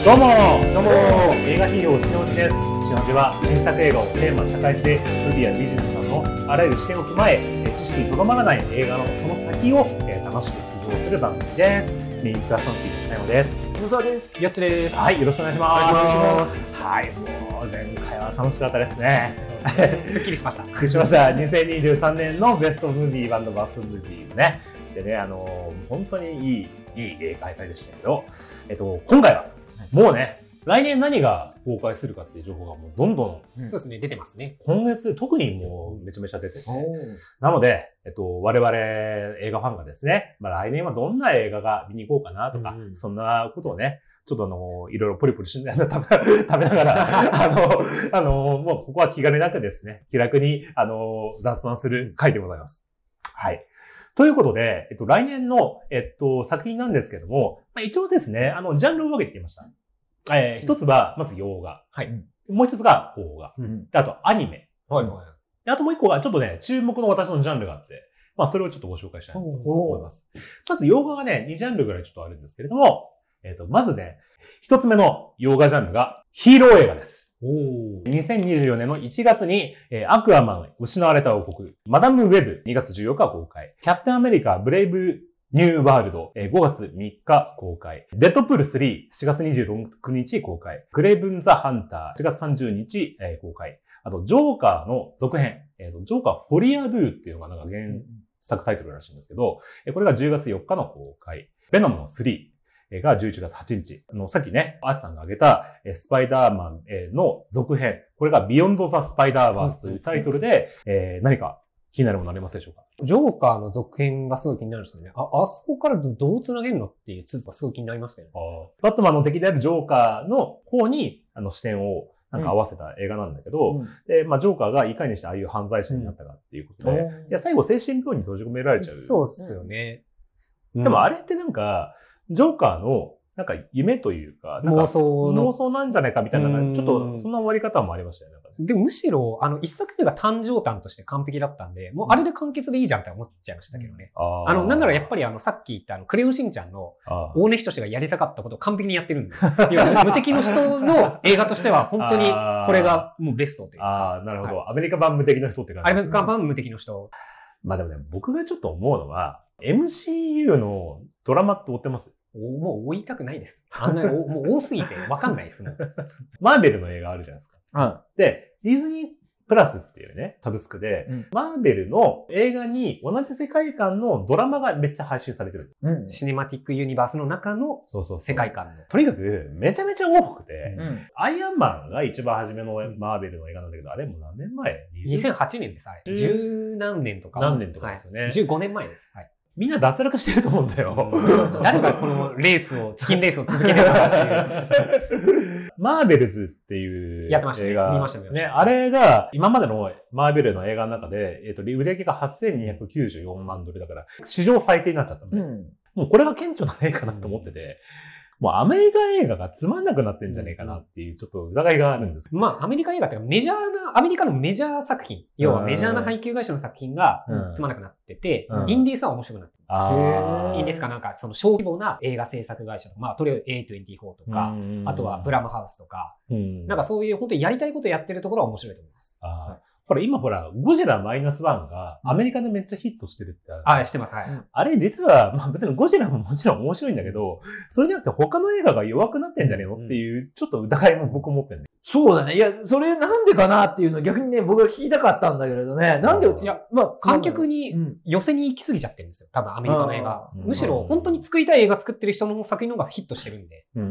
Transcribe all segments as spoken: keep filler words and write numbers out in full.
どうもどうも映画ヒーローしのうちです。しのうちは新作映画をテーマ、社会性、ムービーやビジネスなどのあらゆる視点を踏まえ、知識にとどまらない映画のその先を楽しく批評する番組です。メインパーソナリティの佐山です。 野沢です。 よっちです。 はい、よろしくお願いします。 お願いします。 はい、もう前回は楽しかったですね。 すっきりしました。 すっきりしました。にせんにじゅうさんねんのベストムービー&バーストムービーね。でね、あの本当にいいいい映画会でしたけど、えっと今回はもうね。来年何が公開するかっていう情報がもうどんどん、 うん、そうですね、出てますね。 今月特にもうめちゃめちゃ出てて、なので、えっと、我々映画ファンがですね、まあ来年はどんな映画が見に行こうかなとか、うん、そんなことをね、ちょっとあの、いろいろポリポリしながら、食べ、食べながら、あの、あの、もうここは気兼ねなくですね、気楽に、あの、雑談する回でございます。はい。ということで、えっと、来年の、えっと、作品なんですけども、まあ、一応ですね、あの、ジャンルを分けてきました。えー、一つは、まず洋画。 はい。 もう一つが邦画。 うん。 あと、アニメ。 はいはい。 で、あともう一個が、ちょっとね、注目の私のジャンルがあって、まあ、それをちょっとご紹介したいと思います。まず、洋画がね、にジャンルぐらいちょっとあるんですけれども、えっと、まずね、一つ目の洋画ジャンルが、ヒーロー映画です。にせんにじゅうよねんのいちがつに、えー、アクアマン、失われた王国、マダムウェブ、にがつじゅうよっか公開、キャプテンアメリカ、ブレイブ、ニューワールド、ごがつみっか公開。デッドプールスリー、しがつにじゅうろくにち公開。クレイブン・ザ・ハンター、しがつさんじゅうにち公開。あと、ジョーカーの続編。ジョーカー・フォリア・ドゥっていうのがなんか原作タイトルらしいんですけど、これがじゅうがつよっかの公開。ベノムのスリーがじゅういちがつはちにち。あの、さっきね、アスさんが挙げたスパイダーマンの続編。これがビヨンド・ザ・スパイダーバースというタイトルで、えー、何か気になるものありますでしょうか？ ジョーカーの続編がすごい気になるんですけどね。あ、あそこからどう繋げるのっていうツーがすごい気になりますけどね。 あバットマンの敵であるジョーカーの方にあの視点をなんか合わせた映画なんだけど、うん、で、まあジョーカーがいかにしてああいう犯罪者になったかっていうことで、うん、いや最後精神病院に閉じ込められちゃう。 そうですよね。 うん、でもあれってなんか、ジョーカーのなんか夢というか、なんか妄想の。 妄想なんじゃないかみたいな、ちょっとそんな終わり方もありましたよね。 でもむしろ、あの、一作目が誕生譚として完璧だったんで、もうあれで完結でいいじゃんって思っちゃいましたけどね。うん、あ, あの、なんならやっぱりあの、さっき言ったあの、クレヨンしんちゃんの大根仁がやりたかったことを完璧にやってるんで。いや無敵の人の映画としては本当にこれがもうベストというか。 ああ、なるほど、はい。アメリカ版無敵の人って感じですね。 アメリカ版無敵の人。 まあでもね、僕がちょっと思うのは、エムシーユー のドラマって追ってます？ もう追いたくないです。あんなにもう多すぎて分かんないですもん。 マーベルの映画あるじゃないですか。 うん、 で、ディズニープラスっていうね、サブスクで、うん、マーベルの映画に同じ世界観のドラマがめっちゃ配信されてる。 うん、シネマティックユニバースの中の世界観の。そうそうそうとにかくめちゃめちゃ多くて、うん、アイアンマンが一番初めのマーベルの映画なんだけど、あれもう何年前 ? にせんはちねんです、あれ。十何年とか。 何年とかですよね。 はい、じゅうごねんまえです。はい。 みんな脱落してると思うんだよ。 うん、誰がこのレースを、チキンレースを続けてるのかっていう。 マーベルズっていう映画。 やってましたね。見ましたね。 ね、あれが、今までのマーベルの映画の中で、えっと、売上がはっせんにひゃくきゅうじゅうよんまんドルだから、史上最低になっちゃったのね。うん、もうこれが顕著な映画だと思ってて、もうアメリカ映画がつまんなくなってんじゃねえかなっていうちょっと疑いがあるんですけど。 まあ、アメリカ映画ってメジャーな、アメリカのメジャー作品、要はメジャーな配給会社の作品がつまんなくなってて、うん、インディースは面白くなってる。 あインディースかなんか、その小規模な映画制作会社とか、まあ、とりあえず エーにじゅうよん とか、あとはブラムハウスとか、なんかそういう本当にやりたいことやってるところは面白いと思います。 あほら、今ほら、ゴジラマイナスワンがアメリカでめっちゃヒットしてるってある。 あ、してます。はい。 あれ実は、まあ別にゴジラももちろん面白いんだけど、それじゃなくて他の映画が弱くなってんじゃねえのっていう、ちょっと疑いも僕持ってんね。 そうだね。いや、それなんでかなっていうのは逆にね、僕が聞きたかったんだけれどね。なんでうち、 いや、まあ、観客に寄せに行き過ぎちゃってるんですよ。多分アメリカの映画。むしろ本当に作りたい映画作ってる人の作品の方がヒットしてるんで。うん、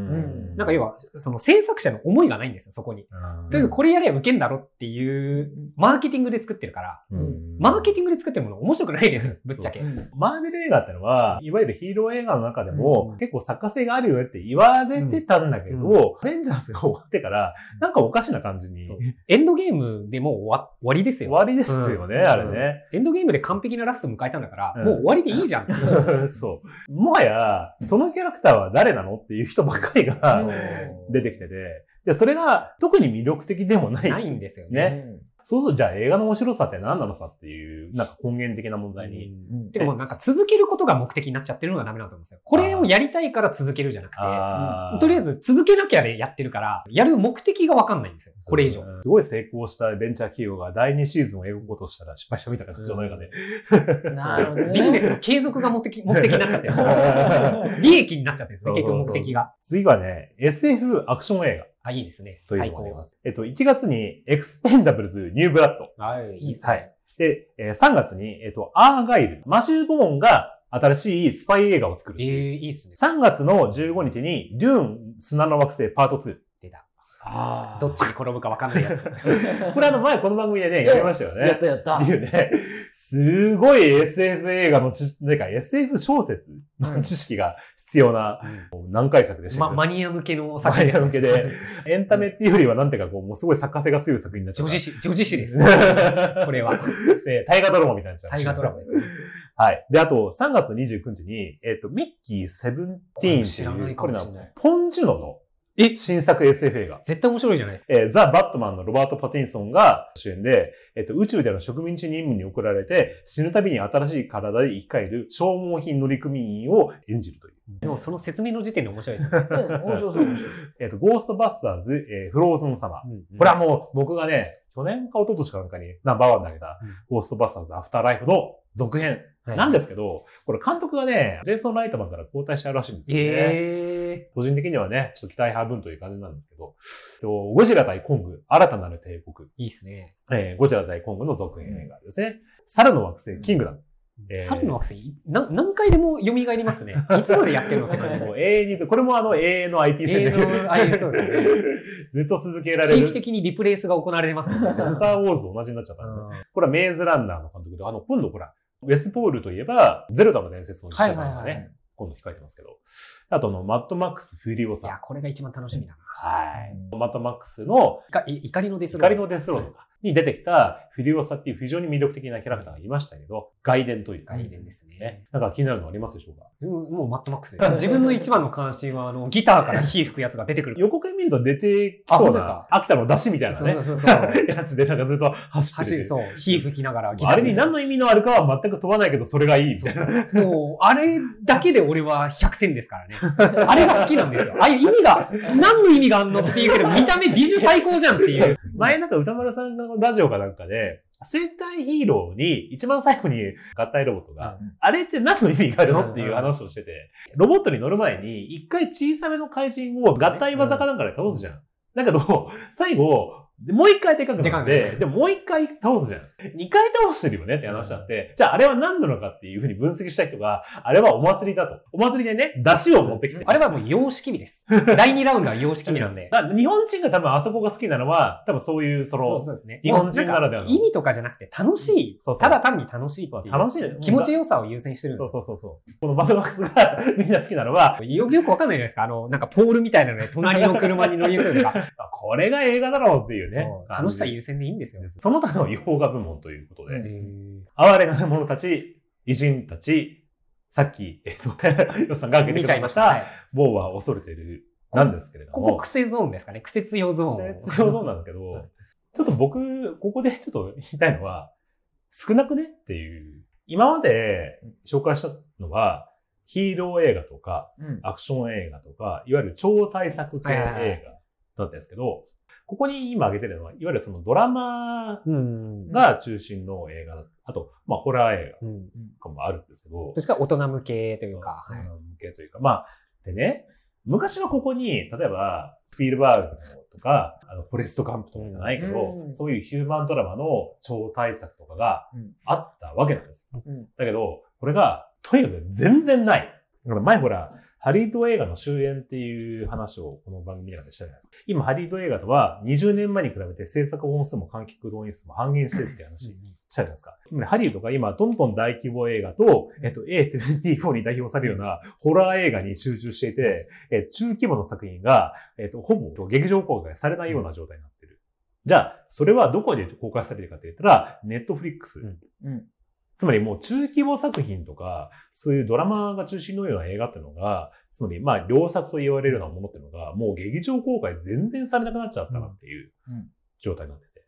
なんか要は、その制作者の思いがないんですよ、そこに。とりあえずこれやりゃウケんだろっていう、マーケティングで作ってるから、うん、マーケティングで作ってるもの面白くないですよ、ぶっちゃけ。 マーベル映画ってのは、いわゆるヒーロー映画の中でも、うん、結構作家性があるよって言われてたんだけど、うん、アベンジャーズが終わってから、なんかおかしな感じに。 エンドゲームでもう終わ、終わりですよ。 終わりですよね、うん、あれね。 エンドゲームで完璧なラスト迎えたんだから、うん、もう終わりでいいじゃん。 そう。もはや、そのキャラクターは誰なのっていう人ばっかりが出てきてて、で、それが特に魅力的でもない。 ないんですよね。ねそうするとじゃあ映画の面白さって何なのさっていう、なんか根源的な問題に。 うん、てかもうなんか続けることが目的になっちゃってるのがダメなんだと思うんですよ。これをやりたいから続けるじゃなくて、とりあえず続けなきゃでやってるから、やる目的がわかんないんですよ。これ以上。 すごい成功したベンチャー企業がだいにシーズンを描くことをしたら失敗したみたいな感じの映画で。 なるほどね。 ビジネスの継続が目的、目的になっちゃってる。利益になっちゃってるんですね、結局目的が。 次はね、エスエフ アクション映画。 あ、いいですね。 最高。えっと、いちがつにエクスペンダブルズニューブラッド。 はい、いいですね。 はい。で、えー、さんがつに、えっと、アーガイル。マシュー・ボーンが新しいスパイ映画を作る。 ええー、いいっすね。 さんがつのじゅうごにちに、デューン砂の惑星パートツー。 出た。 ああ。 どっちに転ぶか分かんないやつ。 これあの前この番組でね、やりましたよね。 やったやった。 っていうね、すごい エスエフ 映画の知、なんか エスエフ 小説の知識が必要な、うん、何回作でした、 ま、マニア向けの作品。マニア向けで、エンタメっていうよりはなんていうかこう、もうすごい作家性が強い作品になっちゃう。 女子誌、女子誌です。これは。 で、大河ドラマみたいになっちゃう。 大河ドラマですね。 はい。で、あと、さんがつにじゅうくにちに、えっと、ミッキーセブンティーンっていう、 知らないかもしれない。 ポンジュノの、え新作 エスエフ 映画。 絶対面白いじゃないですか。 えー、ザ・バットマンのロバート・パティンソンが主演で、えっと、宇宙での植民地任務に送られて、死ぬたびに新しい体で生き返る消耗品乗組員を演じるという。 でもその説明の時点で面白いですね。 面白そう、面白い。 えっと、ゴーストバスターズ、えー、フローズンサマー。うんうん、これはもう僕がね、去年か一昨年かなんかにナンバーワンであげた、うん、ゴーストバスターズアフターライフの続編。なんですけど、これ監督がね、ジェイソン・ライトマンから交代しちゃうらしいんですよね。 えー、 個人的にはね、ちょっと期待半分という感じなんですけど、ゴジラ対コング、新たなる帝国。 いいっすね。 えー、ゴジラ対コングの続編映画ですね。猿の惑星、キングダム。 猿の惑星、な何回でも蘇りますね。いつまでやってるのって感じです。 もう永遠に、これもあの永遠の アイピー 戦略。 永遠の アイピー そうですね。 ずっと続けられる。 定期的にリプレイスが行われてますね。 スター・ウォーズと同じになっちゃったんで、ね。これはメイズランナーの監督で、あの、今度ほら、ウェスポールといえば、ゼルダの伝説の実写版がね、はいはいはい、今度控えてますけど。あとの、マッドマックス・フューリオサ。 いや、これが一番楽しみだな。 はい。マッドマックスの、 怒りのデスロード。 怒りのデスロードか。に出てきたフィリオサっていう非常に魅力的なキャラクターがいましたけど、外伝という。 外伝ですね。 なんか気になるのありますでしょうか？ もうマッドマックスです。自分の一番の関心は、あの、ギターから火吹くやつが出てくる。 横から見ると出てきそうな、秋田の出汁みたいなね。そうそうそう。やつでなんかずっと走ってる。 そう、火吹きながらギター。 あれに何の意味のあるかは全く問わないけど、それがいいみたいな。 もう、あれだけで俺はひゃくてんですからね。あれが好きなんですよ。ああいう意味が、何の意味があんのっていうけど、見た目美女最高じゃんっていう。 前なんか歌丸さんのラジオかなんかで、戦隊ヒーローに一番最後に合体ロボットが、うん、あれって何の意味があるのっていう話をしてて、ロボットに乗る前に一回小さめの怪人を合体技かなんかで倒すじゃん。だけど、最後、もう一回でかくなって、でももう一回倒すじゃん。二回倒してるよねって話だって、じゃああれは何なのかっていうふうに分析した人が、あれはお祭りだと。お祭りでね、出汁を持ってきて。 あれはもう様式美です。だいにラウンドは様式美なんで。 日本人が多分あそこが好きなのは、多分そういう、その、 そうですね。 日本人ならではの。 意味とかじゃなくて楽しい。そうそうただ単に楽しいっていう。 楽しい。 気持ちよさを優先してるんです。 そうそうそう。このマッドマックスがみんな好きなのは、 よくよくわかんないじゃないですか。あの、なんかポールみたいなので、隣の車に乗り移るとか。 これが映画だろうっていうね。 楽しさ優先でいいんですよ。 その他の洋画部門ということで、哀れな者たち、偉人たち、さっき、えっと、ヨスさんが挙げてくれました、某は恐れている、なんですけれども。 ここ癖ゾーンですかね。癖強ゾーン。 癖強ゾーンなんですけど、ちょっと僕、ここでちょっと言いたいのは、少なくねっていう、今まで紹介したのは、ヒーロー映画とか、アクション映画とか、いわゆる超大作系映画だったんですけど、ここに今挙げてるのは、いわゆるそのドラマが中心の映画だ。あと、まあ、ホラー映画とかもあるんですけど。 確か大人向けというか。 大人向けというか。まあ、でね、昔はここに、例えば、スピルバーグとか、あの、フォレストカンプとかじゃないけど、うん、そういうヒューマンドラマの超大作とかがあったわけなんですよ。うん、だけど、これが、とにかく全然ない。だから前ほら、ハリウッド映画の終焉っていう話をこの番組の中でしたじゃないですか。今、ハリウッド映画とはにじゅうねんまえに比べて制作本数も観客動員数も半減してるって話したじゃないですか。つまりハリウッドが今、どんどん大規模映画と、えっと、エーにじゅうよん に代表されるようなホラー映画に集中していて、え中規模の作品が、えっと、ほぼ劇場公開されないような状態になってる。じゃあ、それはどこで公開されてるかって言ったら、ネットフリックス。うんうんつまりもう中規模作品とか、そういうドラマが中心のような映画っていうのが、つまりまあ良作と言われるようなものっていうのが、もう劇場公開全然されなくなっちゃったなっていう状態になってて。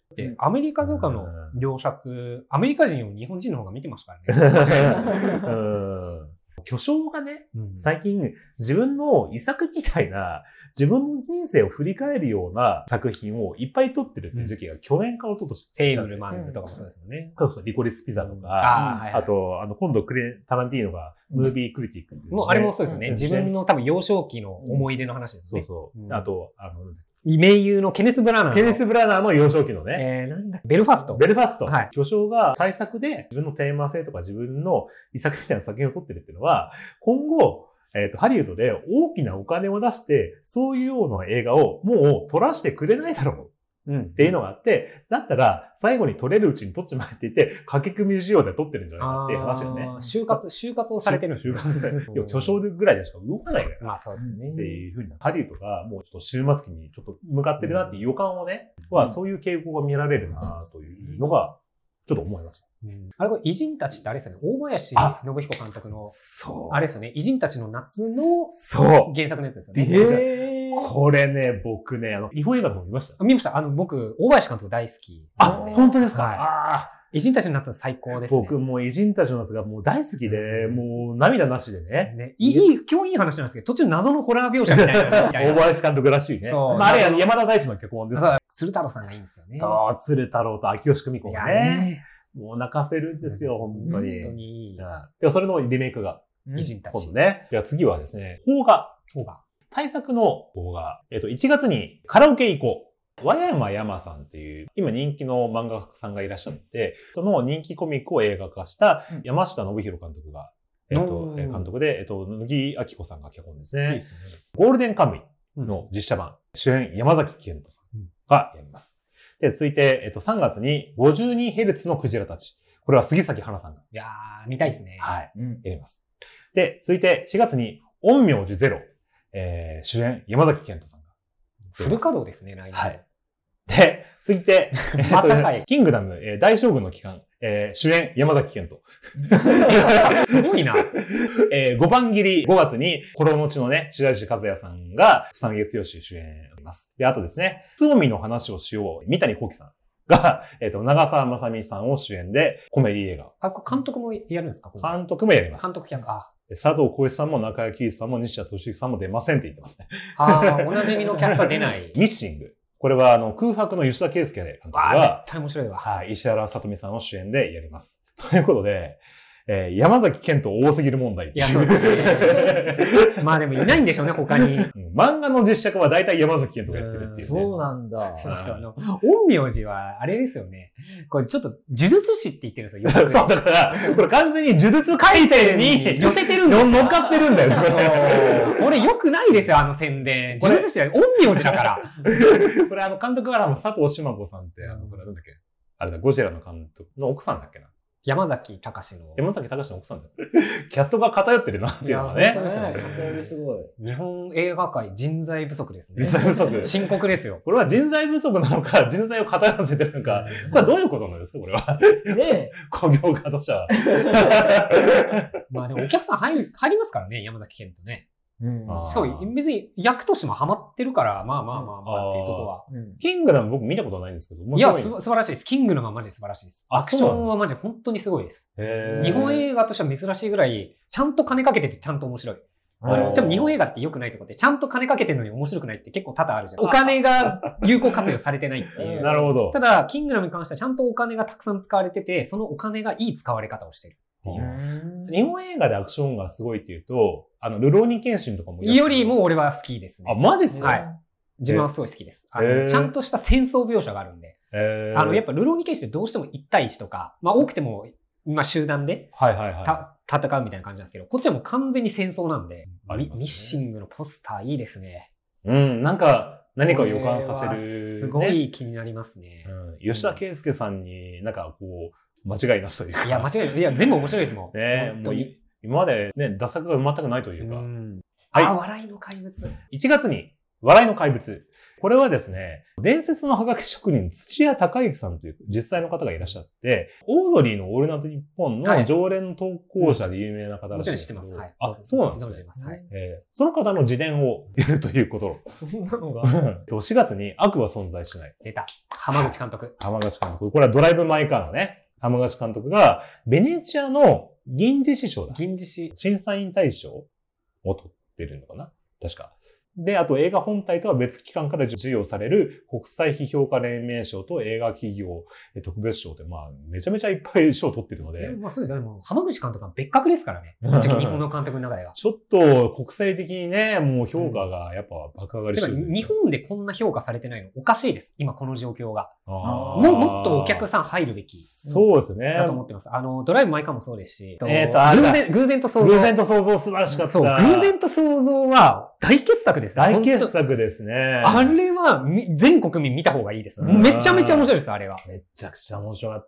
で、アメリカとかの良作、アメリカ人より日本人の方が見てますからね。 うん巨匠がね、うん、最近自分の遺作みたいな、自分の人生を振り返るような作品をいっぱい撮ってるっていう時期が去年か一昨年。 フェイブルマンズとかもそうですよね。 そうそう、リコリスピザとか、あ, あ, はいはい、あと、あの、今度クレ、タランティーノがムービークリティックっていう、ね、 もうあれもそうですよね。自分の多分幼少期の思い出の話ですね。 そうそう。うん、あと、あの、 名優のケネス・ブラナーの。 ケネス・ブラナーの幼少期のね。 えー、なんだベルファスト。 ベルファスト。はい。巨匠が大作で自分のテーマ性とか自分の遺作みたいな作品を撮ってるっていうのは、今後、えっと、ハリウッドで大きなお金を出して、そういうような映画をもう撮らせてくれないだろう。うん。っていうのがあって、だったら最後に撮れるうちに撮っちまえって言って、駆け組み仕様で撮ってるんじゃないかっていう話よね。 就活、就活をされてるんですよ。就活で。いや、巨匠ぐらいでしか動かないから。 まあそうですね。 っていうふうに、ハリウッドがもうちょっと終末期にちょっと向かってるなっていう予感をね、うん、はそういう傾向が見られるなというのが、ちょっと思いました。 うん、あれこれ、偉人たちってあれですよね。大林信彦監督の、そう。あれですよね。偉人たちの夏のそう原作のやつですよね。 へー。これね、僕ね、あの、日本映画の方見ました見ました。あの、僕、大林監督大好き。 あ、本当ですか、 はい、ああ。偉人たちの夏最高ですね。 僕もう偉人たちの夏がもう大好きで、うん、もう涙なしでね。 ねいい、今日いい話なんですけど、途中謎のホラー描写みたいな。 大林監督らしいね。そう。まあ、あれ山田大地の脚本です、 ね。そう。鶴太郎さんがいいんですよね。 そう、鶴太郎と秋吉久美子がね。もう泣かせるんですよ、本当に。 本当に。 では、それのリメイクが。 偉人たち。 今度ね。では次はですね、邦画。邦画。大作の邦画。えっと、いちがつにカラオケ行こう。和山山さんっていう、今人気の漫画家さんがいらっしゃって、その人気コミックを映画化した山下信弘監督が、えっと、監督で、えっと、乃木明子さんが脚本ですね。いいですね。ゴールデンカムイの実写版、主演山崎賢人さんがやります。で、続いて、えっと、さんがつに ごじゅうにヘルツ のクジラたち。これは杉咲花さんが。 いやー、見たいですね。 はい。うん、やります。で、続いてしがつに陰陽師ゼロ、えー、主演山崎賢人さんが。 フル稼働ですね、来年。 はい。で、続いて、えっと、キングダム、えー、大将軍の帰還、えー、主演山崎賢人。 すごいな。 えー、ごばん切りごがつに、コロの地のね、白石和也さんが、三月剛主演します。で、あとですね、つおみの話をしよう、三谷幸喜さんが、えっと、長澤まさみさんを主演で、コメディ映画。 あ、監督もやるんですか？ 監督もやります。 監督やあ佐藤浩市さんも中谷貴一さんも西田敏行さんも出ませんって言ってますね。 ああ、おなじみのキャストは出ない。 ミッシング。これは、あの、空白の吉田圭介監督が、 あ絶対面白いわ。 はい、石原さとみさんを主演でやります。ということで、えー、山崎賢人多すぎる問題。 いや、そうですね。まあでもいないんでしょうね、他に。 漫画の実写化は大体山崎賢人がやってるっていう、ね。 そうなんだ。 あの、陰陽師は、あれですよね。これちょっと、呪術師って言ってるんですよ。 そう、だから、これ完全に呪術廻戦に寄せてるんですよ。 乗っかってるんだよ、 これ。これ良くないですよ、あの宣伝。呪術師は陰陽師だから。 これあの、監督からも佐藤志麻子さんって、あの、これなんだっけあれだ、ゴジラの監督の奥さんだっけな。 山崎隆の。 山崎隆の奥さんだよ。キャストが偏ってるなっていうのはね。 本当ですね。すごい。 日本映画界人材不足ですね。 人材不足。 深刻ですよ。 これは人材不足なのか、人材を偏らせてるのか、これはどういうことなんですか、これは。 ね工業家としては。 まあでもお客さん入る、入りますからね、山崎賢人ね。うん、しかも別に役としてもハマってるから、まあまあまあまあっていうところは。 うん、キングダム僕見たことないんですけど、 いや、す、素晴らしいです。キングダムはマジ素晴らしいです。アクションはマジ本当にすごいです。日本映画としては珍しいぐらい、ちゃんと金かけててちゃんと面白い。あの、多分日本映画って良くないとこって、ちゃんと金かけてるのに面白くないって結構多々あるじゃん。お金が有効活用されてないっていう。 なるほど。 ただ、キングダムに関してはちゃんとお金がたくさん使われてて、そのお金がいい使われ方をしてる。 日本映画でアクションがすごいっていうと、あの、ルローニケンシンとかもよりも俺は好きですね。 あ、マジっすか？ はい。自分はすごい好きです。あの、ちゃんとした戦争描写があるんで。あの、やっぱルローニケンシンってどうしてもいち対いちとか、まあ多くても、まあ集団で、 はいはいはい。 た、戦うみたいな感じなんですけど、こっちはもう完全に戦争なんで、ミッシングのポスターいいですね。 うん、なんか、何かを予感させる、 すごい気になりますね。 うん、吉田圭介さんになんかこう、間違いなしというか。 いや、間違いない。いや、全部面白いですもん。 ねもう今までね、脱作が全くないというか。 うん、はい。あ、笑いの怪物。 いちがつに笑いの怪物。これはですね、伝説のハガキ職人、土屋隆之さんという実際の方がいらっしゃって、オードリーのオールナイトニッポンの常連の投稿者で有名な方らしいんですけど、 もちろん知ってます。はい。 あ、そうなんですね。 はい。 えー、その方の自伝をやるということ。 そんなのが。 しがつに悪は存在しない。 出た。浜口監督。 浜口監督。これはドライブ・マイ・カーのね、浜口監督が、ベネチアの銀獅子賞だ。 銀獅子。 審査員大賞を取ってるのかな確か。で、あと映画本体とは別機関から授与される国際批評家連盟賞と映画企業特別賞って、まあ、めちゃめちゃいっぱい賞を取ってるので。 まあそうですね。もう浜口監督は別格ですからね。ぶっちゃけ日本の監督の中では。 ちょっと国際的にね、もう評価がやっぱ爆上がりしてる、 うん。日本でこんな評価されてないのおかしいです。今この状況が。もうもっとお客さん入るべき。 そうですね。 だと思ってます。あの、ドライブ・マイ・カーもそうですし。 えっと、偶然、偶然と想像。 偶然と想像素晴らしかった。 そう、偶然と想像は大傑作です。 大傑作ですね。 あれは全国民見た方がいいです。めちゃめちゃ面白いです、あれは。 めちゃくちゃ面白かった。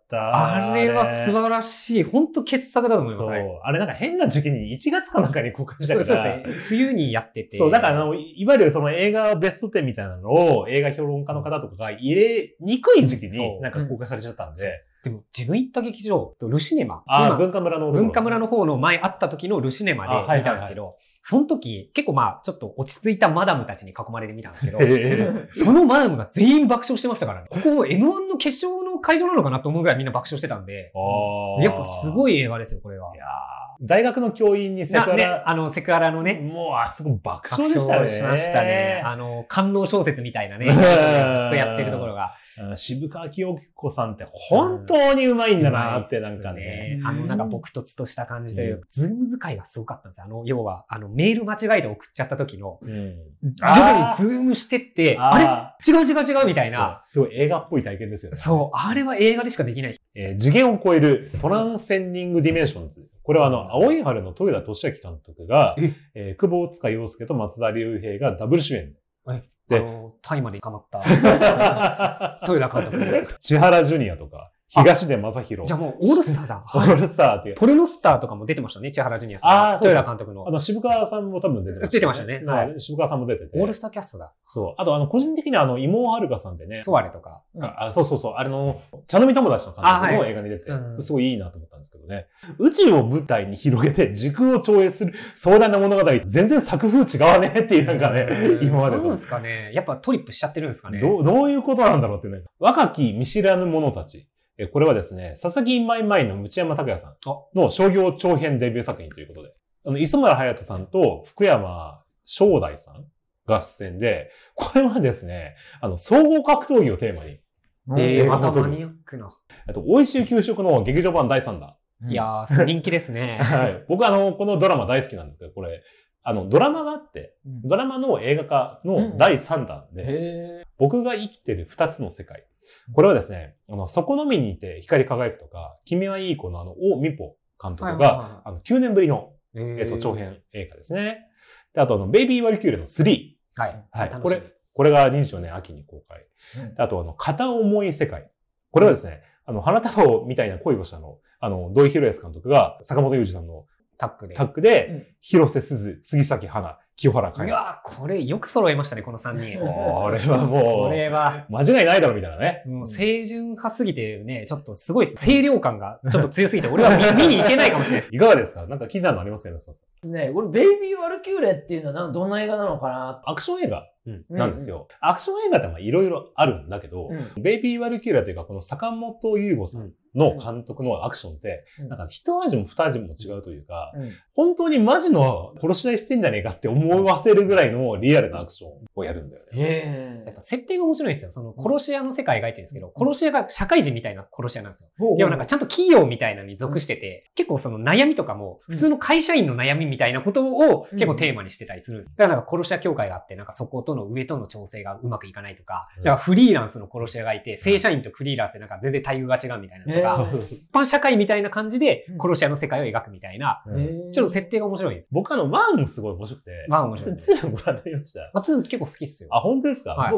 あれは素晴らしい。本当傑作だと思います。 そう。あれなんか変な時期にいちがつかなんかに公開したから。 そうですね。梅雨にやってて。 そう、だからあの、いわゆるその映画ベストテンみたいなのを映画評論家の方とかが入れにくい時期になんか公開されちゃったんで。 でも自分行った劇場とルシネマ。 ああ、文化村の。 文化村の方の前会った時のルシネマで見たんですけど、その時、結構まあ、ちょっと落ち着いたマダムたちに囲まれてみたんですけど、そのマダムが全員爆笑してましたからね。ここ エムワン の決勝の会場なのかなと思うぐらいみんな爆笑してたんで、やっぱすごい映画ですよ、これは。 いや大学の教員にセクハラ、 ね、あの、セクハラのね。 もう、あそこ爆笑でしたね。 爆笑しましたね。あの、官能小説みたいなね、ずっとやってるところが。 渋川清子さんって本当にうまいんだなってなんかね。 ねあの、なんか朴突とした感じというか、ズーム使いがすごかったんですよ。あの、要は、あの、メール間違えて送っちゃった時の、うん、徐々にズームしてって、あ, あれ違う違う違うみたいな。 すごい映画っぽい体験ですよね。 そう。あれは映画でしかできない。 えー、次元を超えるトランセンディングディメンションズ。これはあの、青い春の豊田俊明監督が、えー、久保塚洋介と松田龍平がダブル主演で。で、あの、タイまで捕まった豊田監督。 千原ジュニアとか、東出正宏。 じゃあもうオールスターだ。 オールスターっていう。 ポルノスターとかも出てましたね、千原ジュニアさん。ああ、豊田監督の。 あの、渋川さんも多分出てました、ね。 出てましたね。 はい。渋川さんも出てて。 オールスターキャストだ。 そう。あと、あの、個人的にあの、妹はるかさんでね。 ソワレとか。 あ、そうそうそう。あれの、茶飲み友達の監督の映画に出て、すごいいいなと思ったんですけどね。宇宙を舞台に広げて時空を超越する壮大な物語。全然作風違わねえっていうなんかね、今までと。 どうですかね。やっぱトリップしちゃってるんですかね。 どう、どういうことなんだろうってね。若き見知らぬ者たち。これはですね、佐々木マイマイの内山拓也さんの商業長編デビュー作品ということで、あの、磯村隼人さんと福山正大さんが出演で、これはですね、あの、総合格闘技をテーマに。 えー、またマニアックな。 あと、美味しい給食の劇場版だいさんだん。 いやー、それ人気ですね。 はい。僕あの、このドラマ大好きなんですけど、これ、あの、ドラマがあって、ドラマの映画化のだいさんだんで、うん、僕が生きてるふたつの世界。これはですね、あの、そこのみにいて光り輝くとか、君はいい子のあの、大みぽ監督が、あの、きゅうねんぶりの、えっと、長編映画ですね。で、あとあの、ベイビーワルキューレのスリー。 はい。 はい。これ、これがにじゅうよねん秋に公開。であとあの、片思い世界。これはですね、あの、花束をみたいな恋をしたの、あの、土井博康監督が、坂本雄二さんのタッグで。 タッグで、うん、広瀬すず、杉咲花、清原果耶。 うわこれよく揃えましたね、このさんにん。 これはもう、 これは、 間違いないだろ、みたいなね。 もう、清純派すぎてね、ちょっとすごいです。清涼感がちょっと強すぎて、俺は 見, 見に行けないかもしれない。 いかがですかなんか気になるのありますかね、そうそうね、俺、ベイビー・ワルキューレっていうのはどんな映画なのかなアクション映画なんですよ。うんうん、アクション映画ってまあいろいろあるんだけど、うん、ベイビー・ワルキューレというか、この坂本優吾さんの監督のアクションって、うん、なんか一味も二味も違うというか、うん、本当にマジの殺し合いしてんじゃねえかって思わせるぐらいのリアルなアクションをやるんだよね。 へー。やっぱ設定が面白いんですよ。その殺し屋の世界描いてるんですけど、殺し屋が社会人みたいな殺し屋なんですよ。うん、でもなんかちゃんと企業みたいなのに属してて、うん、結構その悩みとかも普通の会社員の悩みみたいなことを結構テーマにしてたりするんです。だからなんか殺し屋協会があって、なんかそことの上との調整がうまくいかないとか、だからフリーランスの殺し屋がいて、正社員とフリーランスでなんか全然待遇が違うみたいなとか、一般社会みたいな感じで殺し屋の世界を描くみたいな、ちょっと設定が面白いんです。 僕あの、ワンすごい面白くて、 ワン面白い。 ツーご覧になりました。 ツー結構好きっすよ。 あ、本当ですか、 はい、 僕ち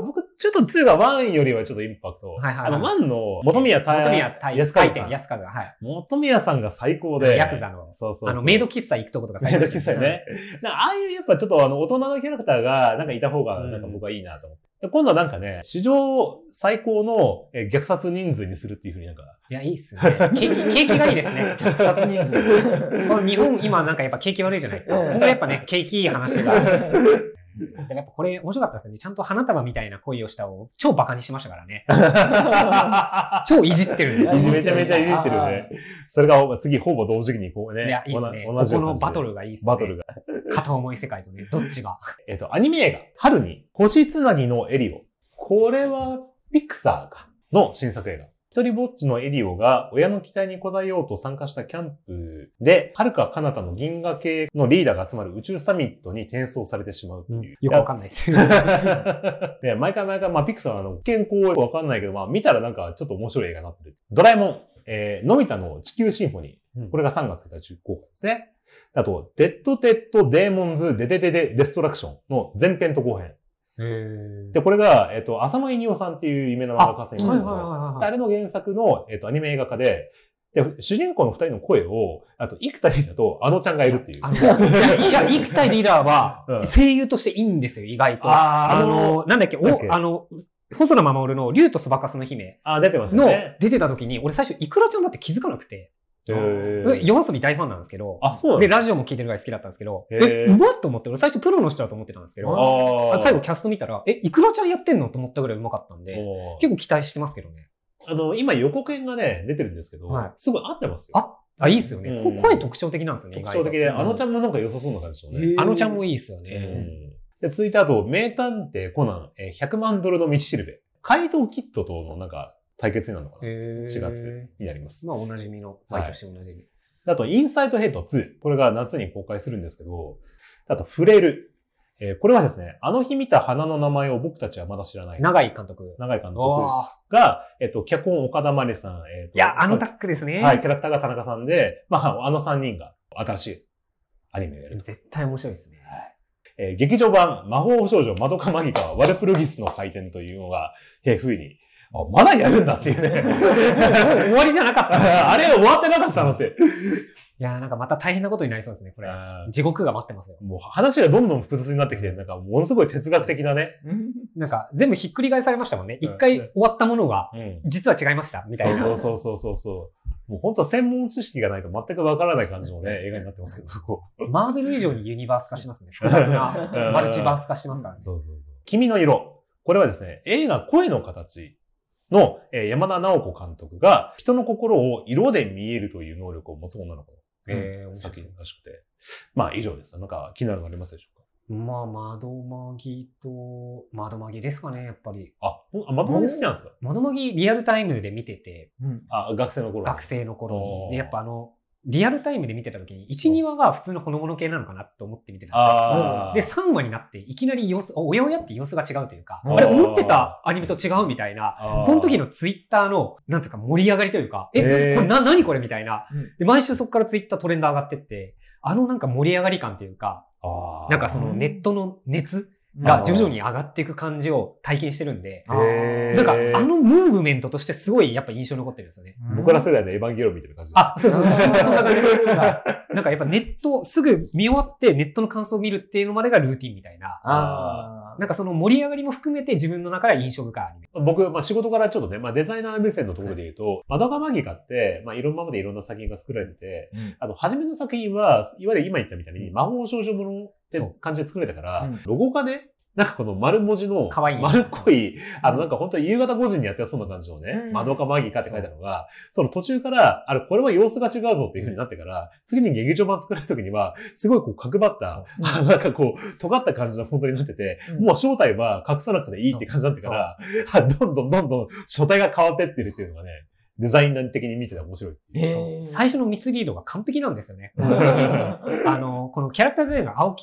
ちょっとツーがワンよりはちょっとインパクト。 はいはいはい、 あの、ワンの元宮太元宮太安和さん。 安和が、はい。 元宮さんが最高で。 ヤクザの。 そうそうそう。 あの、メイド喫茶行くとことか最高でした。メイド喫茶ね。なんかああいうやっぱちょっとあの、大人のキャラクターがなんかいた方が、なんか僕はいいなと思って。で今度はなんかね、史上最高の虐殺人数にするっていうふうになんか。 いや、いいっすね。景気、景気がいいですね。 虐殺人数。 この日本、今なんかやっぱ景気悪いじゃないですか。ほんとやっぱね、景気いい話が。やっぱこれ面白かったですね。ちゃんと花束みたいな恋をしたを超バカにしましたからね。超いじってるんですよ。めちゃめちゃいじってるよね。それが次ほぼ同時期にこうね。 いや、いいですね。 同じここのバトルがいいですね。 バトルが。 片思い世界とね、どっちが。 えっと、アニメ映画、春に星つなぎのエリオ。これはピクサーかの新作映画。一人ぼっちのエリオが親の期待に応えようと参加したキャンプで、はるか彼方の銀河系のリーダーが集まる宇宙サミットに転送されてしまうという。うん、 よくわかんないですよ。 で毎回毎回、まあ、ピクサーはあの、健康よくわかんないけど、まあ、見たらなんかちょっと面白い映画になってる。ドラえもん、えー、のび太の地球シンフォニー。これがさんがつついたち公開ですね。あと、デッド・テッド・デーモンズ・デデデデ・デストラクションの前編と後編。で、これが、えっと、浅間稲夫さんっていう有名な漫画家さんいますけど、あれの原作の、えっと、アニメ映画化で、で、主人公の二人の声を、あと、生田リーダーとあのちゃんがいるっていう。 いや、生田リーダーは、声優としていいんですよ、意外と。あの、なんだっけ、お、あの、細野守の竜とそばかすの姫。 あ、出てましたね。 の、出てた時に、俺最初、イクラちゃんだって気づかなくて。夜遊び大ファンなんですけど。 あ、そうなんで、ラジオも聞いてるぐらい好きだったんですけど、え、うまっと思って、俺最初プロの人だと思ってたんですけど、最後キャスト見たら、え、イクラちゃんやってんのと思ったぐらいうまかったんで、結構期待してますけどね。 あの、今予告編がね、出てるんですけど、はい、すごい合ってますよ。 あ、あ、いいっすよね。うん、声特徴的なんですよね。 特徴的で、あのちゃんもなんか良さそうな感じでしょうね。 あのちゃんもいいっすよね。 うん、で、続いてあと、名探偵コナン、えー、ひゃくまんドルの道しるべ。怪盗キッドとのなんか対決になるのかな。しがつになります。 まあ、おなじみの、毎年おなじみ。はい、 あと、インサイトヘッドツー。これが夏に公開するんですけど、あと、触れる。えー、これはですね、あの日見た花の名前を僕たちはまだ知らない。 長井監督。 長井監督が、えっと、脚本岡田真理さん。えっと、 いや、あのタックですね。 はい、キャラクターが田中さんで、まあ、あのさんにんが新しいアニメをやる。 絶対面白いですね。 はい。えー、劇場版、魔法少女まどかマギカワルプルギスの回転というのが、えー、冬に、あ、まだやるんだっていうね。 終わりじゃなかった。 あれ終わってなかったのって。 いやーなんかまた大変なことになりそうですね、これ。地獄が待ってますよ。 もう話がどんどん複雑になってきて、なんかものすごい哲学的なね。 なんか全部ひっくり返されましたもんね。一回終わったものが、実は違いました、みたいな。 そうそうそうそうそう。もう本当は専門知識がないと全くわからない感じのね、映画になってますけど、こう。マーベル以上にユニバース化しますね。複雑なマルチバース化してますからね。 そうそうそう。君の色。これはですね、映画声の形の山田直子監督が人の心を色で見えるという能力を持つ女の子。えー、作品らしくて。まあ以上です。なんか気になるのありますでしょうか？ まあ、窓マギと、窓マギですかね、やっぱり。 あ、窓マギ好きなんですか？ 窓マギリアルタイムで見てて。 うん、あ、学生の頃。 学生の頃に。で、やっぱあの、リアルタイムで見てた時に、いち、にわは普通のほのぼの系なのかなと思って見てたんですよ。で、さんわになって、いきなり様子、おやおやって様子が違うというか、あれ思ってたアニメと違うみたいな、その時のツイッターの、なんつうか盛り上がりというか、え、これな、何これみたいな。で、毎週そこからツイッタートレンド上がってって、あのなんか盛り上がり感というか、なんかそのネットの熱が徐々に上がっていく感じを体験してるんで、なんかあのムーブメントとしてすごいやっぱ印象に残ってるんですよね。 僕ら世代でエヴァンゲリオン見てる感じです。 あ、そうそう。そんな感じで。なんかやっぱネット、すぐ見終わってネットの感想を見るっていうのまでがルーティンみたいな。あなんかその盛り上がりも含めて自分の中では印象深いアニメ。 僕、まあ仕事からちょっとね、まあデザイナー目線のところで言うと、マドカマギカって、まあいろんなまでいろんな作品が作られてて、うん、あの、初めの作品は、いわゆる今言ったみたいに魔法少女ものって感じで作られたから、うん、ロゴがね、なんかこの丸文字の、丸っこい、あのなんか本当に夕方ごじにやってそうな感じのね、マドカマギカって書いたのが、その途中から、あれ、これは様子が違うぞっていう風になってから、次に劇場版作られた時には、すごいこう角張った、なんかこう、尖った感じの本当になってて、もう正体は隠さなくていいって感じになってから、どんどんどんどん書体が変わってってるっていうのがね、デザイナー的に見てて面白いっていう。 最初のミスリードが完璧なんですよね。あの、このキャラクターデザインが青木ゆめ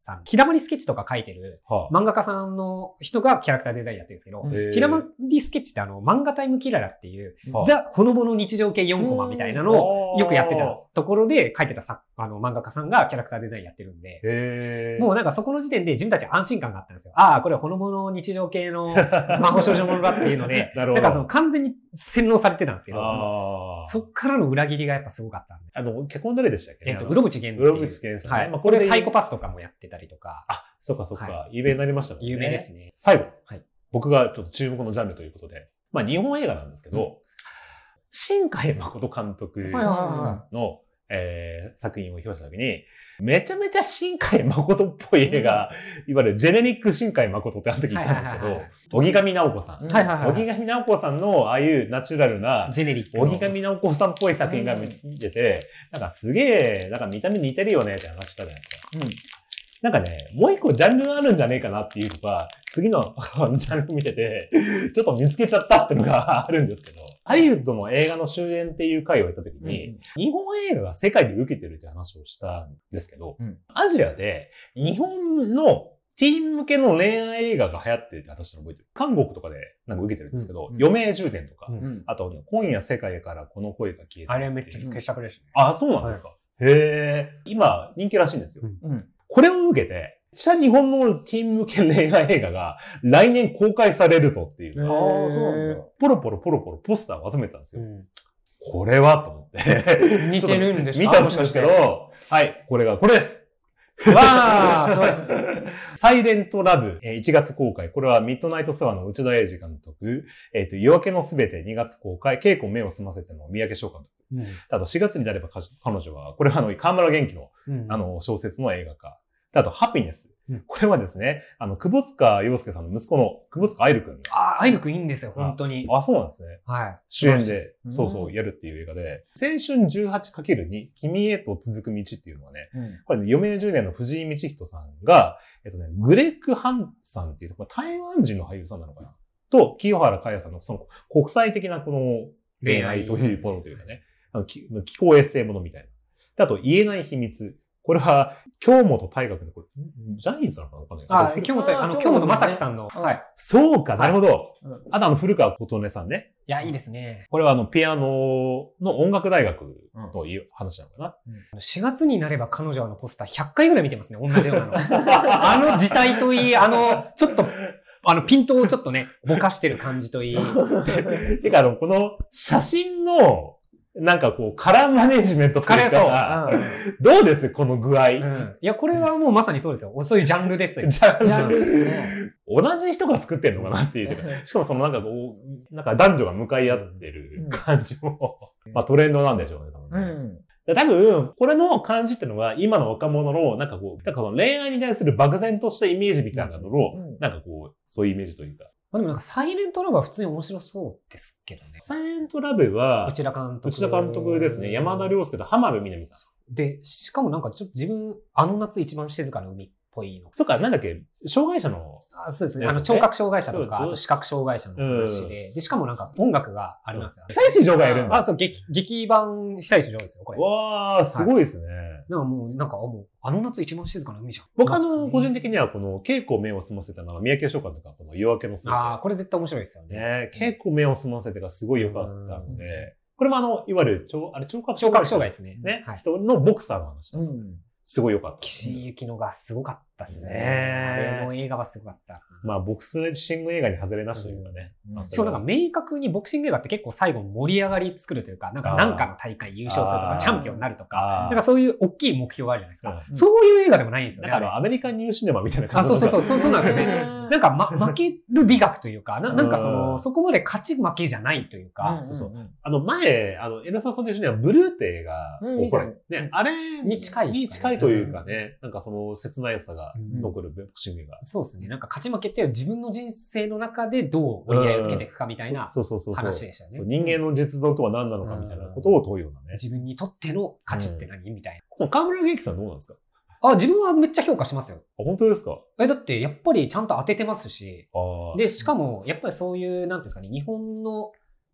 さん、ひだまりスケッチとか書いてる漫画家さんの人がキャラクターデザインやってるんですけど、ひだまりスケッチってあの、漫画タイムキララっていう、ザ・ほのぼの日常系よんコマみたいなのをよくやってたところで書いてたさ、あの、漫画家さんがキャラクターデザインやってるんで、もうなんかそこの時点で自分たち安心感があったんですよ。ああ、これはほのぼの日常系の魔法少女ものだっていうので、なんかその完全に洗脳されてたんですけど、そっからの裏切りがやっぱすごかったんで。 あの、結婚誰でしたっけ？ えっと、うろぶちげん。 うろぶちげんさんね。 はい。まあ、これサイコパスとかもやってたりとか。 あ、そっかそっか。有名になりましたもんね。 有名ですね。 最後。はい。僕がちょっと注目のジャンルということで。まあ、日本映画なんですけど、新海誠監督の作品を評したときに、めちゃめちゃ新海誠っぽい映画、いわゆるジェネリック新海誠ってあの時言ったんですけど、荻上直子さん。荻上直子さんのああいうナチュラルな、 ジェネリック。 荻上直子さんっぽい作品が見てて、なんかすげえ、なんか見た目似てるよねって話したじゃないですか。うん、なんかね、もう一個ジャンルがあるんじゃねえかなっていうのが、次のジャンル見てて、ちょっと見つけちゃったっていうのがあるんですけど、ハリウッドの映画の終焉っていう回をやった時に、うん、日本映画が世界で受けてるって話をしたんですけど、うん、アジアで日本のティーン向けの恋愛映画が流行ってるって話を覚えてる。韓国とかでなんか受けてるんですけど、うん、余命充電とか、うん、あと、今夜世界からこの声が消えて。 あれめっちゃ傑作ですね。 あ、そうなんですか。はい、へえ。今人気らしいんですよ。うん、これを受けて、した日本のティーン向け恋愛映画が来年公開されるぞっていう。 ああ、そうなんだ。 ポロポロポロポロポスターを集めたんですよ。うん、これはと思って。 似てるんですか？ 見たんですけど、はい、これがこれです。 わー、 サイレントラブ、いちがつ公開。これはミッドナイトスワンの内田英二監督。えっと、夜明けのすべてにがつ公開。稽古目を澄ませての三宅翔監督。うん、あとしがつになれば彼女は、これはあの、河村元気の、うん、あの、小説の映画化。あと、ハピネス。うん、これはですね、あの、窪塚洋介さんの息子の窪塚愛流くん。 ああ、愛流くんいいんですよ、本当に。 あ、そうなんですね。 はい。 主演で、そうそう、やるっていう映画で、青春 じゅうはちかけるに、君へと続く道っていうのはね、うん、これね、余命じゅうねんの藤井道人さんが、えっとね、グレッグ・ハンさんっていう、これ台湾人の俳優さんなのかなと、清原果耶さんのその国際的なこの恋愛というものというかね、あの気候エッセイものみたいな。あと、言えない秘密。これは、京本大河君の、これ、ジャニーズなのかなわかんない。 あ、京本、あの、京本正樹さんの。 はい。そうか、なるほど。あと、あの、古川琴音さんね。 いや、いいですね。 これは、あの、ピアノの音楽大学という話なのかな。しがつになれば彼女のポスターひゃっかいぐらい見てますね、同じようなの。あの字体といい、あの、ちょっと、あの、ピントをちょっとね、ぼかしてる感じといい。 てか、あの、この写真の、なんかこう、カラーマネジメントというか、うん、どうですこの具合、うん。 いや、これはもうまさにそうですよ。そういうジャンルですよ。 ジャンルですね。同じ人が作ってんのかなっていう。しかもそのなんかこう、なんか男女が向かい合ってる感じも、うん、まあトレンドなんでしょうね、多分ね。うん、多分、これの感じっていうのが、今の若者の、なんかこう、なんかこの恋愛に対する漠然としたイメージみたいなのを、うん、なんかこう、そういうイメージというか。 まあ、でもなんかサイレントラブは普通に面白そうですけどね。 サイレントラブは、 内田監督。 内田監督ですね。山田涼介と浜辺美波さん。で、しかもなんかちょっと自分、あの夏一番静かな海っぽいの。 そっか、なんだっけ、障害者の。 あ、そうですね。あの、聴覚障害者とか、あと視覚障害者の話で、で、しかもなんか音楽がありますよ。 久石譲がやるんだ。 あ、そう、劇、劇版久石譲ですよ、これ。 わー、すごいですね。 なんかもう、なんか、もう、あの夏一番静かな海じゃん。 僕あの、個人的にはこの、稽古目を澄ませたのは、三宅翔監督がこの夜明けのすべて。 ああ、これ絶対面白いですよね。 ね、稽古目を澄ませてがすごい良かったので、これもあの、いわゆる、あれ、聴覚障害。聴覚障害ですね。 ね。人のボクサーの話。うん。すごい良かった。 岸由紀乃がすごかったですね。あれの映画はすごかった。 まあ、ボクシング映画に外れなしというかね。 しかもなんか明確にボクシング映画って結構最後盛り上がり作るというか、なんか何かの大会優勝するとか、チャンピオンになるとか、なんかそういう大きい目標があるじゃないですか。そういう映画でもないんですよね。 なんかあの、アメリカンニューシネマみたいな感じ。あ、そうそうそう、そうなんですよね。なんか、ま、負ける美学というか、ななんかその、そこまで勝ち負けじゃないというか。 そうそう。あの、前、あの、エルサさんと一緒にはブルーって映画、これ、ね、あれに近い。 に近いというかね、なんかその切ないさが残るボクシング映画。 そうですね。なんか勝ち負けって自分の人生の中でどう折り合いをつけていくかみたいな話でしたよね。 人間の実像とは何なのかみたいなことを問うようなね。 自分にとっての価値って何みたいな。 その河村元気さんどうなんですか？ あ、自分はめっちゃ評価しますよ。 あ、本当ですか？ え、だってやっぱりちゃんと当ててますし。で、しかもやっぱりそういう、なんていうんですかね、日本の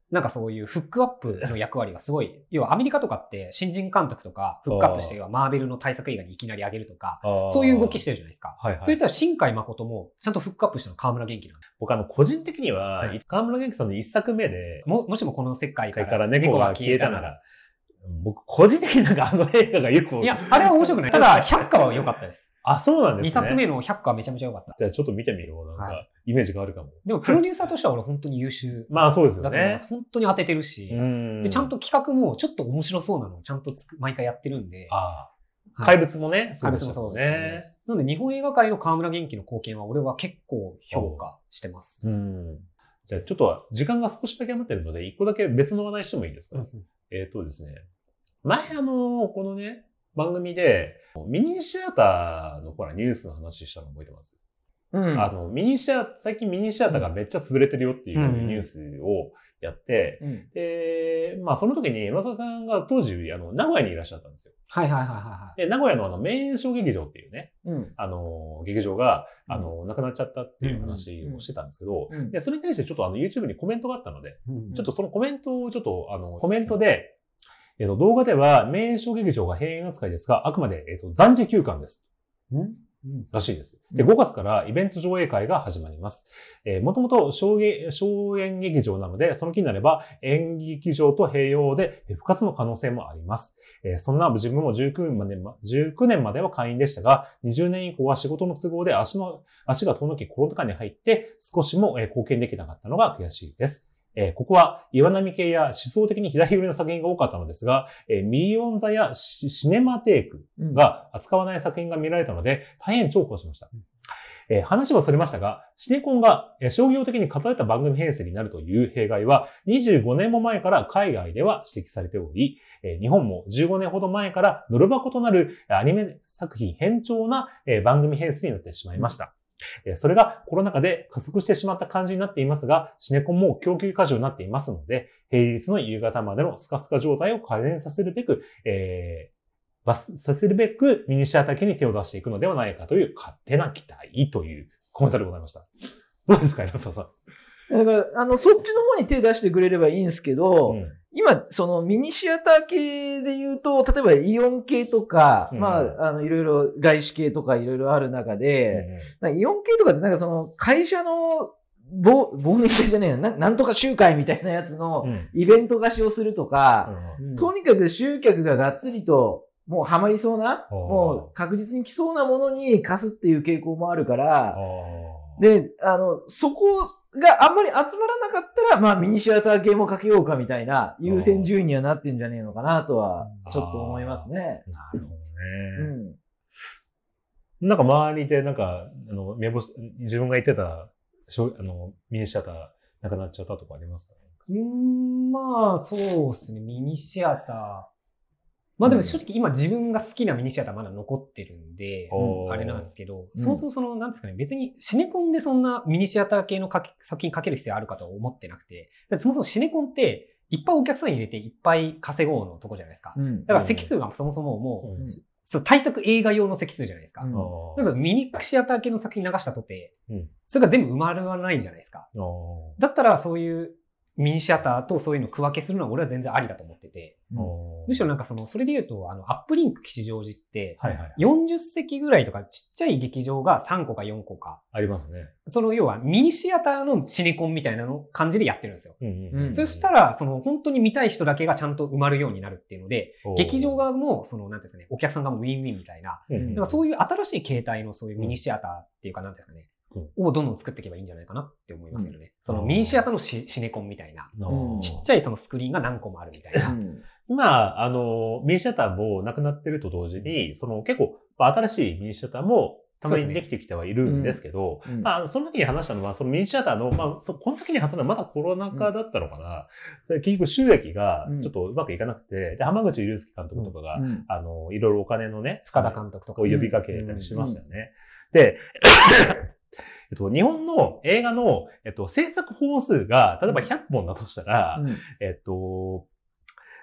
なんかそういうフックアップの役割がすごい、要はアメリカとかって新人監督とかフックアップしてマーベルの大作映画にいきなり上げるとか、そういう動きしてるじゃないですか。はいはい、そういったら新海誠もちゃんとフックアップしたの河村元気なんで。 僕あの個人的には、はい、河村元気さんの一作目で、 も、もしもこの世界から猫が消えたなら、僕、個人的になんかあの映画がよく。 いや、あれは面白くない。ただ、百花は良かったです。 あ、そうなんですね。 にさくめの百花はめちゃめちゃ良かった。 じゃあちょっと見てみよう。なんか、はい、イメージ変わるかも。 でも、プロデューサーとしては俺本当に優秀。 まあそうですよね。 だと思います。本当に当ててるし。で、ちゃんと企画もちょっと面白そうなのをちゃんとつく毎回やってるんで。 ああ。怪物もね。 怪物もそうですね。なので、日本映画界の河村元気の貢献は俺は結構評価してます。 うん。じゃあちょっと時間が少しだけ余ってるので、一個だけ別の話題してもいいですか？うん、えっとですね。前あの、このね、番組で、ミニシアターのほらニュースの話したの覚えてます？うん。あの、ミニシア、最近ミニシアターがめっちゃ潰れてるよっていうニュースをやって、うん、で、まあその時に山沢さんが当時、あの、名古屋にいらっしゃったんですよ。 はいはいはいはい。 で、名古屋のあの、名演小劇場っていうね、うん、あの、劇場が、あの、なくなっちゃったっていう話をしてたんですけど、うん、で、それに対してちょっとあの、YouTube にコメントがあったので、うん、ちょっとそのコメントをちょっと、あの、コメントで、えっと、動画では、名演小劇場が閉園扱いですが、あくまで、えっと、暫時休館です。んらしいです。で、ごがつからイベント上映会が始まります。えー、もともと小演劇場なので、その気になれば演劇場と併用で復活の可能性もあります。えー、そんな自分もじゅうきゅうねんまでは会員でしたが、にじゅうねん以降は仕事の都合で足の、足が遠のきコロナ禍に入って少しも貢献できなかったのが悔しいです。えー、ここは岩波系や思想的に左寄りの作品が多かったのですが、えー、ミリオン座や シ, シネマテークが扱わない作品が見られたので、大変重宝しました。えー、話はそれましたが、シネコンが商業的に偏った番組編成になるという弊害は、にじゅうごねんも前から海外では指摘されており、えー、日本もじゅうごねんほど前からノルマ異なるアニメ作品偏重な番組編成になってしまいました。それがコロナ禍で加速してしまった感じになっていますが、シネコンも供給過剰になっていますので、平日の夕方までのスカスカ状態を改善させるべく、えー、させるべくミニシアター系に手を出していくのではないかという勝手な期待というコメントでございました。どうですか、山沢さん。 だから、あの、そっちの方に手出してくれればいいんですけど、うん、今、そのミニシアター系で言うと、例えばイオン系とか、うん、まあ、あの、いろいろ外資系とかいろいろある中で、うん、イオン系とかってなんかその会社の忘年会じゃねえな、なんとか集会みたいなやつのイベント貸しをするとか、うん、とにかく集客ががっつりともうハマりそうな、もう確実に来そうなものに貸すっていう傾向もあるから、で、あの、そこがあんまり集まらなかったら、まあミニシアター系もかけようかみたいな優先順位にはなってんじゃねえのかなとは、ちょっと思いますね。 なるほどね。うん。なんか周りで、なんか、あの、目星、自分が言ってた、あの、ミニシアターなくなっちゃったとかありますかね？ うーん、まあ、そうですね。ミニシアター。まあでも正直今自分が好きなミニシアターまだ残ってるんで、あれなんですけど、そもそもその、なんですかね、別にシネコンでそんなミニシアター系の作品かける必要あるかとは思ってなくて、そもそもシネコンっていっぱいお客さん入れていっぱい稼ごうのとこじゃないですか。だから席数がそもそももう、そう、対策映画用の席数じゃないですか。だからミニシアター系の作品流したとて、それが全部埋まらないじゃないですか。だったらそういうミニシアターとそういうのを区分けするのは俺は全然ありだと思ってて。むしろなんかその、それで言うと、あの、アップリンク吉祥寺って、よんじゅっせきぐらいとかちっちゃい劇場がさんこかよんこか。 ありますね。 その要はミニシアターのシネコンみたいなの感じでやってるんですよ。そしたら、その本当に見たい人だけがちゃんと埋まるようになるっていうので、劇場側も、その、なんていうんですかね、お客さん側もウィンウィンみたいな、なんかそういう新しい形態のそういうミニシアターっていうか、なんていうんですかね、をどんどん作っていけばいいんじゃないかなって思いますけどね。うん、そのミニシアターの シ, シネコンみたいな、うん、ちっちゃいそのスクリーンが何個もあるみたいな。 今、あの、ミニシアターもなくなってると同時に、その結構新しいミニシアターもたまにできてきてはいるんですけど、そ、ねうんまあ、その時に話したのは、そのミニシアターの、まあ、そこの時に話したのはまだコロナ禍だったのかな。うん、結局収益がちょっとうまくいかなくて、で、浜口竜介監督とかが、うん、あの、いろいろお金のね、 深田監督とかを呼びかけたりしましたよね。うんうん、で、えっと、日本の映画の、えっと、制作本数が、例えばひゃっぽんだとしたら、うん、えっと、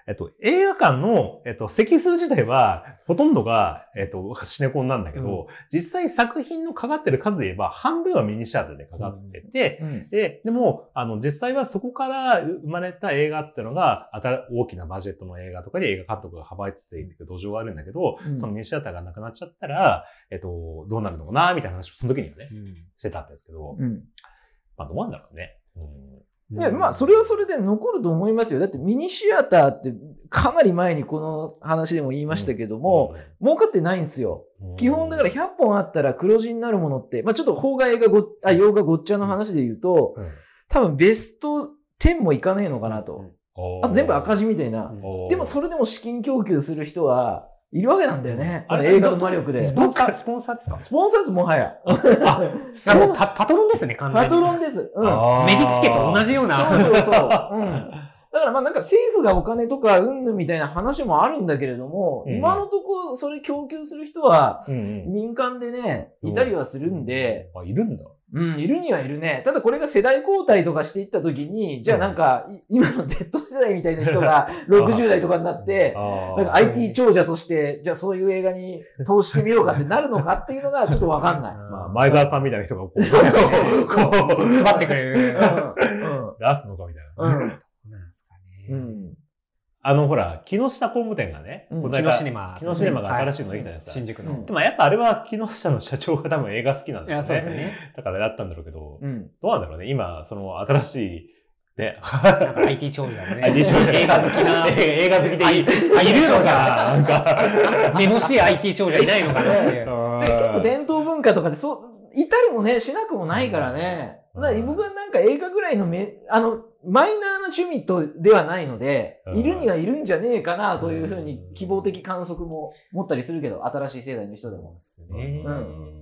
えっと、映画館の、えっと、席数自体は、ほとんどが、えっと、シネコンなんだけど、うん、実際作品のかかってる数で言えば、半分はミニシアターでかかってて、うんうん、で、でも、あの、実際はそこから生まれた映画っていうのが、大きなバジェットの映画とかで映画監督が幅えていく土壌があるんだけど、うん、そのミニシアターがなくなっちゃったら、えっと、どうなるのかな、みたいな話をその時にはね、うん、してたんですけど、うん、まあ、どうなんだろうね。うんいや、まあ、それはそれで残ると思いますよ。だってミニシアターってかなり前にこの話でも言いましたけども、うん、儲かってないんですよ。うん、基本だからひゃっぽんあったら黒字になるものって、まあちょっと邦画映画ご、あ、洋画ごっちゃの話で言うと、うん、多分ベストじゅうもいかねえのかなと。うん、あと全部赤字みたいな。でもそれでも資金供給する人はいるわけなんだよね。あれ映画の魔力で。 スポンサー、スポンサーですか？ スポンサーです、もはや。 あ、もうパ、パトロンですね、完全に。 パトロンです。うん。 メディチケと同じような。 そうそうそう。うん。だからまあなんか政府がお金とかうんぬみたいな話もあるんだけれども、うん、今のところそれ供給する人は民間でね、いたりはするんで。 あ、いるんだ。 うん、いるにはいるね。ただこれが世代交代とかしていったときに、じゃあなんか、うん、今の Z 世代みたいな人がろくじゅう代とかになって、なんか アイティー 長者として、じゃあそういう映画に投資してみようかってなるのかっていうのがちょっとわかんない。 まあ、前澤さんみたいな人がこう、 そうそうそう配ってくれる。うん、 出すのかみたいな。うん。なんですかね。うんあの、ほら、木下工務店がね、 うん、木下シネマ。 木下シネマが新しいのできたんですか、 はい、新宿の。 でもやっぱあれは木下の社長が多分映画好きなんだよね。 いや、そうですね。 だからだったんだろうけど、うん、どうなんだろうね。今、その新しい、ね。 なんか アイティー 長者ね。 アイティー 長者。 映画好きな。 映画好きでいい。 いるのかななんか、めぼしい アイティー 長者いないのかなっていう。 結構伝統文化とかで、そう、いたりもね、しなくもないからね。だから僕はなんか映画ぐらいのめ、あの、マイナーな趣味とではないので、いるにはいるんじゃねえかなというふうに希望的観測も持ったりするけど、新しい世代の人でも。ですね。うん。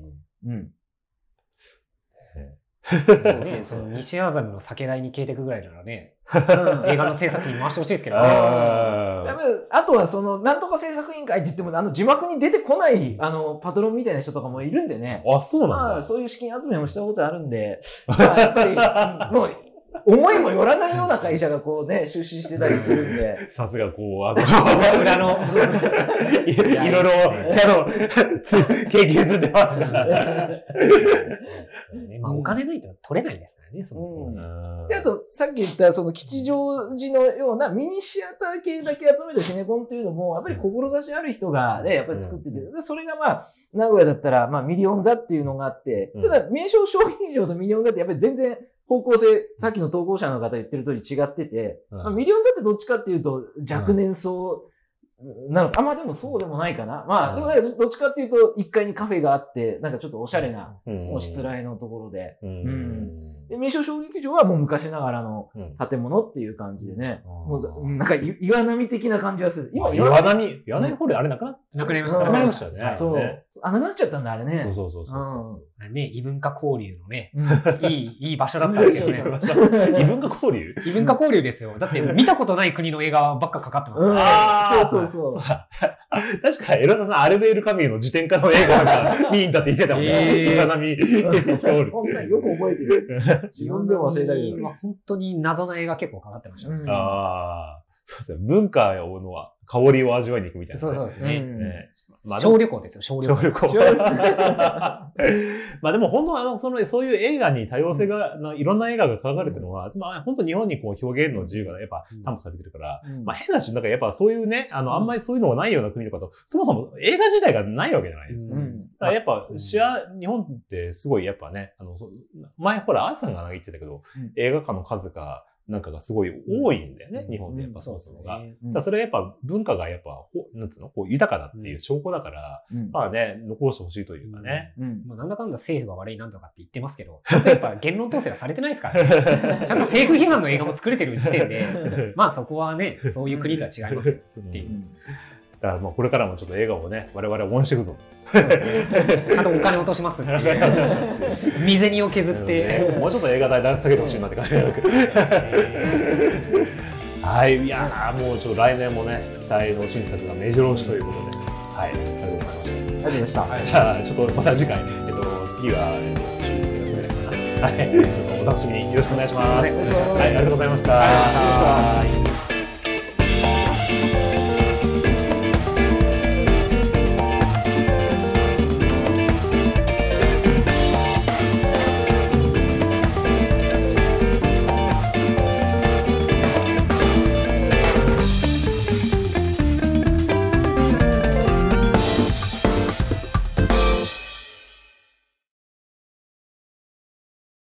うん。 そうそうそう。西麻布の酒代に消えていくぐらいならね、うん、映画の制作に回してほしいですけどね。 あ, あとはその、なんとか制作委員会って言っても、あの字幕に出てこない、あの、パトロンみたいな人とかもいるんでね。 あ、そうなんだ。 まあ、そういう資金集めもしたことあるんで、まあ、やっぱり、もう、思いもよらないような会社がこうね、出資してたりするんで。 さすがこう、あの、裏の、い, いろいろ、あの、経験積んでますから。 まあ、お金ないと取れないですからね、そもそも、 うん。で、あと、さっき言った、その吉祥寺のようなミニシアター系だけ集めたシネコンっていうのも、やっぱり志ある人がね、やっぱり作ってて、うん、それがまあ、名古屋だったら、まあ、ミリオン座っていうのがあって、ただ、名称商品場とミリオン座ってやっぱり全然、方向性、さっきの投稿者の方言ってる通り違ってて、うんまあ、ミリオン座ってどっちかっていうと若年層なのか、うん、あ、まあでもそうでもないかな。まあ、でもね、どっちかっていうといっかいにカフェがあって、なんかちょっとおしゃれな、おしつらいのところで。うんうんで、名称小劇場はもう昔ながらの建物っていう感じでね、うん、もうなんか岩波的な感じがする。 今岩波、岩波ホールあれなくなっなくなりました。 なくなりましたよね。 そう。あ、なくなっちゃったんだ、あれね。 そうそうそうそうそう、 うん。ね、異文化交流のね、うん、いい、いい場所だったんですけどね。 異文化交流異文化交流ですよ。だって見たことない国の映画ばっかかかってますからね。 ああ、そうそうそう。 確か、エロサさん、アルベール・カミーの自伝家の映画が見に行ったって言ってたもんね。岩波ホール。 本当によく覚えてる。自分でも忘れたけど。 本当に謎の映画結構かかってましたね。 ああ。そうですね。文化のは香りを味わいに行くみたいな、ね。 そうそうですね。ねまあ、小旅行ですよ、小旅行。 小旅行。まあでも本当あの、その、そういう映画に多様性が、うん、いろんな映画が描かれてるのは、うん、まあ本当日本にこう表現の自由がやっぱ担保されてるから、うん、まあ変なし、なんかやっぱそういうね、あの、あんまりそういうのがないような国とかと、そもそも映画自体がないわけじゃないですか。うん、だからやっぱ、シア、日本ってすごいやっぱね、あの、前ほら、アースさんが言ってたけど、うん、映画館の数が、なんかがすごい多いんだよね、うん、日本でやっぱそもそもが。うん、だそれはやっぱ文化がやっぱ、なんつうのこう豊かだっていう証拠だから、うん、まあね、残してほしいというかね。 うんうんまあ、なんだかんだ政府が悪いなんとかって言ってますけど、ちゃんとやっぱ言論統制がされてないですからね。ちゃんと政府批判の映画も作れてる時点で、まあそこはね、そういう国とは違いますよっていう。 だからもうこれからもちょっと映画をね、我々は応援していくぞ。 そうですね。ちゃんとお金落としますっていう。身銭を削って。 もうちょっと映画代出してあげてほしいなって感じなんだけど。はい、いやーもうちょっと来年もね、期待の新作が目白押しということで。はい、ありがとうございました。ありがとうございました。 はい、じゃあちょっとまた次回、えっと、次は、えっと、週ですね。はい、お楽しみによろしくお願いします。 はい、お願いします。 はい、ありがとうございました。 ありがとうございました。